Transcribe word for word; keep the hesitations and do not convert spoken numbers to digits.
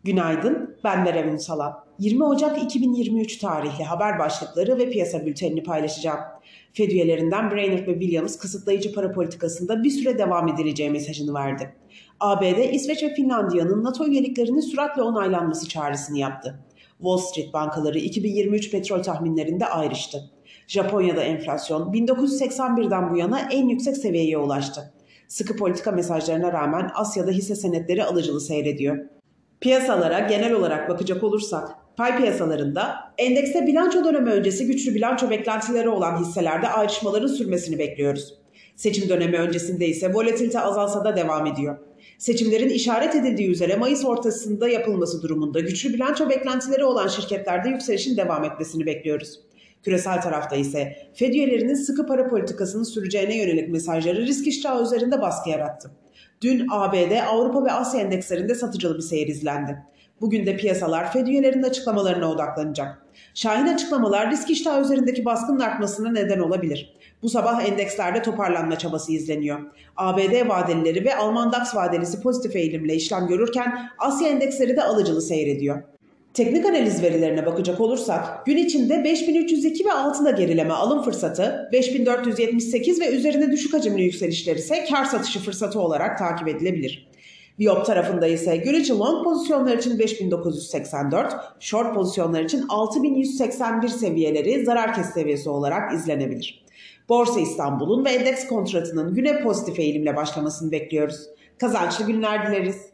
Günaydın, ben Berem Ünsalan. yirmi Ocak iki bin yirmi üç tarihli haber başlıkları ve piyasa bültenini paylaşacağım. Fed üyelerinden Brainerd ve Williams kısıtlayıcı para politikasında bir süre devam edileceği mesajını verdi. A B D, İsveç ve Finlandiya'nın NATO üyeliklerinin süratle onaylanması çağrısını yaptı. Wall Street bankaları iki bin yirmi üç petrol tahminlerinde ayrıştı. Japonya'da enflasyon bin dokuz yüz seksen birden bu yana en yüksek seviyeye ulaştı. Sıkı politika mesajlarına rağmen Asya'da hisse senetleri alıcılı seyrediyor. Piyasalara genel olarak bakacak olursak, pay piyasalarında endekste bilanço dönemi öncesi güçlü bilanço beklentileri olan hisselerde ayrışmaların sürmesini bekliyoruz. Seçim dönemi öncesinde ise volatilite azalsa da devam ediyor. Seçimlerin işaret edildiği üzere Mayıs ortasında yapılması durumunda güçlü bilanço beklentileri olan şirketlerde yükselişin devam etmesini bekliyoruz. Küresel tarafta ise Fed üyelerinin sıkı para politikasının süreceğine yönelik mesajları risk iştahı üzerinde baskı yarattı. Dün A B D, Avrupa ve Asya endekslerinde satıcılı bir seyir izlendi. Bugün de piyasalar Fed üyelerinin açıklamalarına odaklanacak. Şahin açıklamalar risk iştahı üzerindeki baskının artmasına neden olabilir. Bu sabah endekslerde toparlanma çabası izleniyor. A B D vadelileri ve Alman DAX vadelisi pozitif eğilimle işlem görürken Asya endeksleri de alıcılı seyrediyor. Teknik analiz verilerine bakacak olursak gün içinde beş bin üç yüz iki ve altında gerileme alım fırsatı, beş bin dört yüz yetmiş sekiz ve üzerinde düşük hacimli yükselişler ise kar satışı fırsatı olarak takip edilebilir. Viyop tarafında ise gün içi long pozisyonlar için beş bin dokuz yüz seksen dört, short pozisyonlar için altı bin yüz seksen bir seviyeleri zarar kes seviyesi olarak izlenebilir. Borsa İstanbul'un ve endeks kontratının güne pozitif eğilimle başlamasını bekliyoruz. Kazançlı günler dileriz.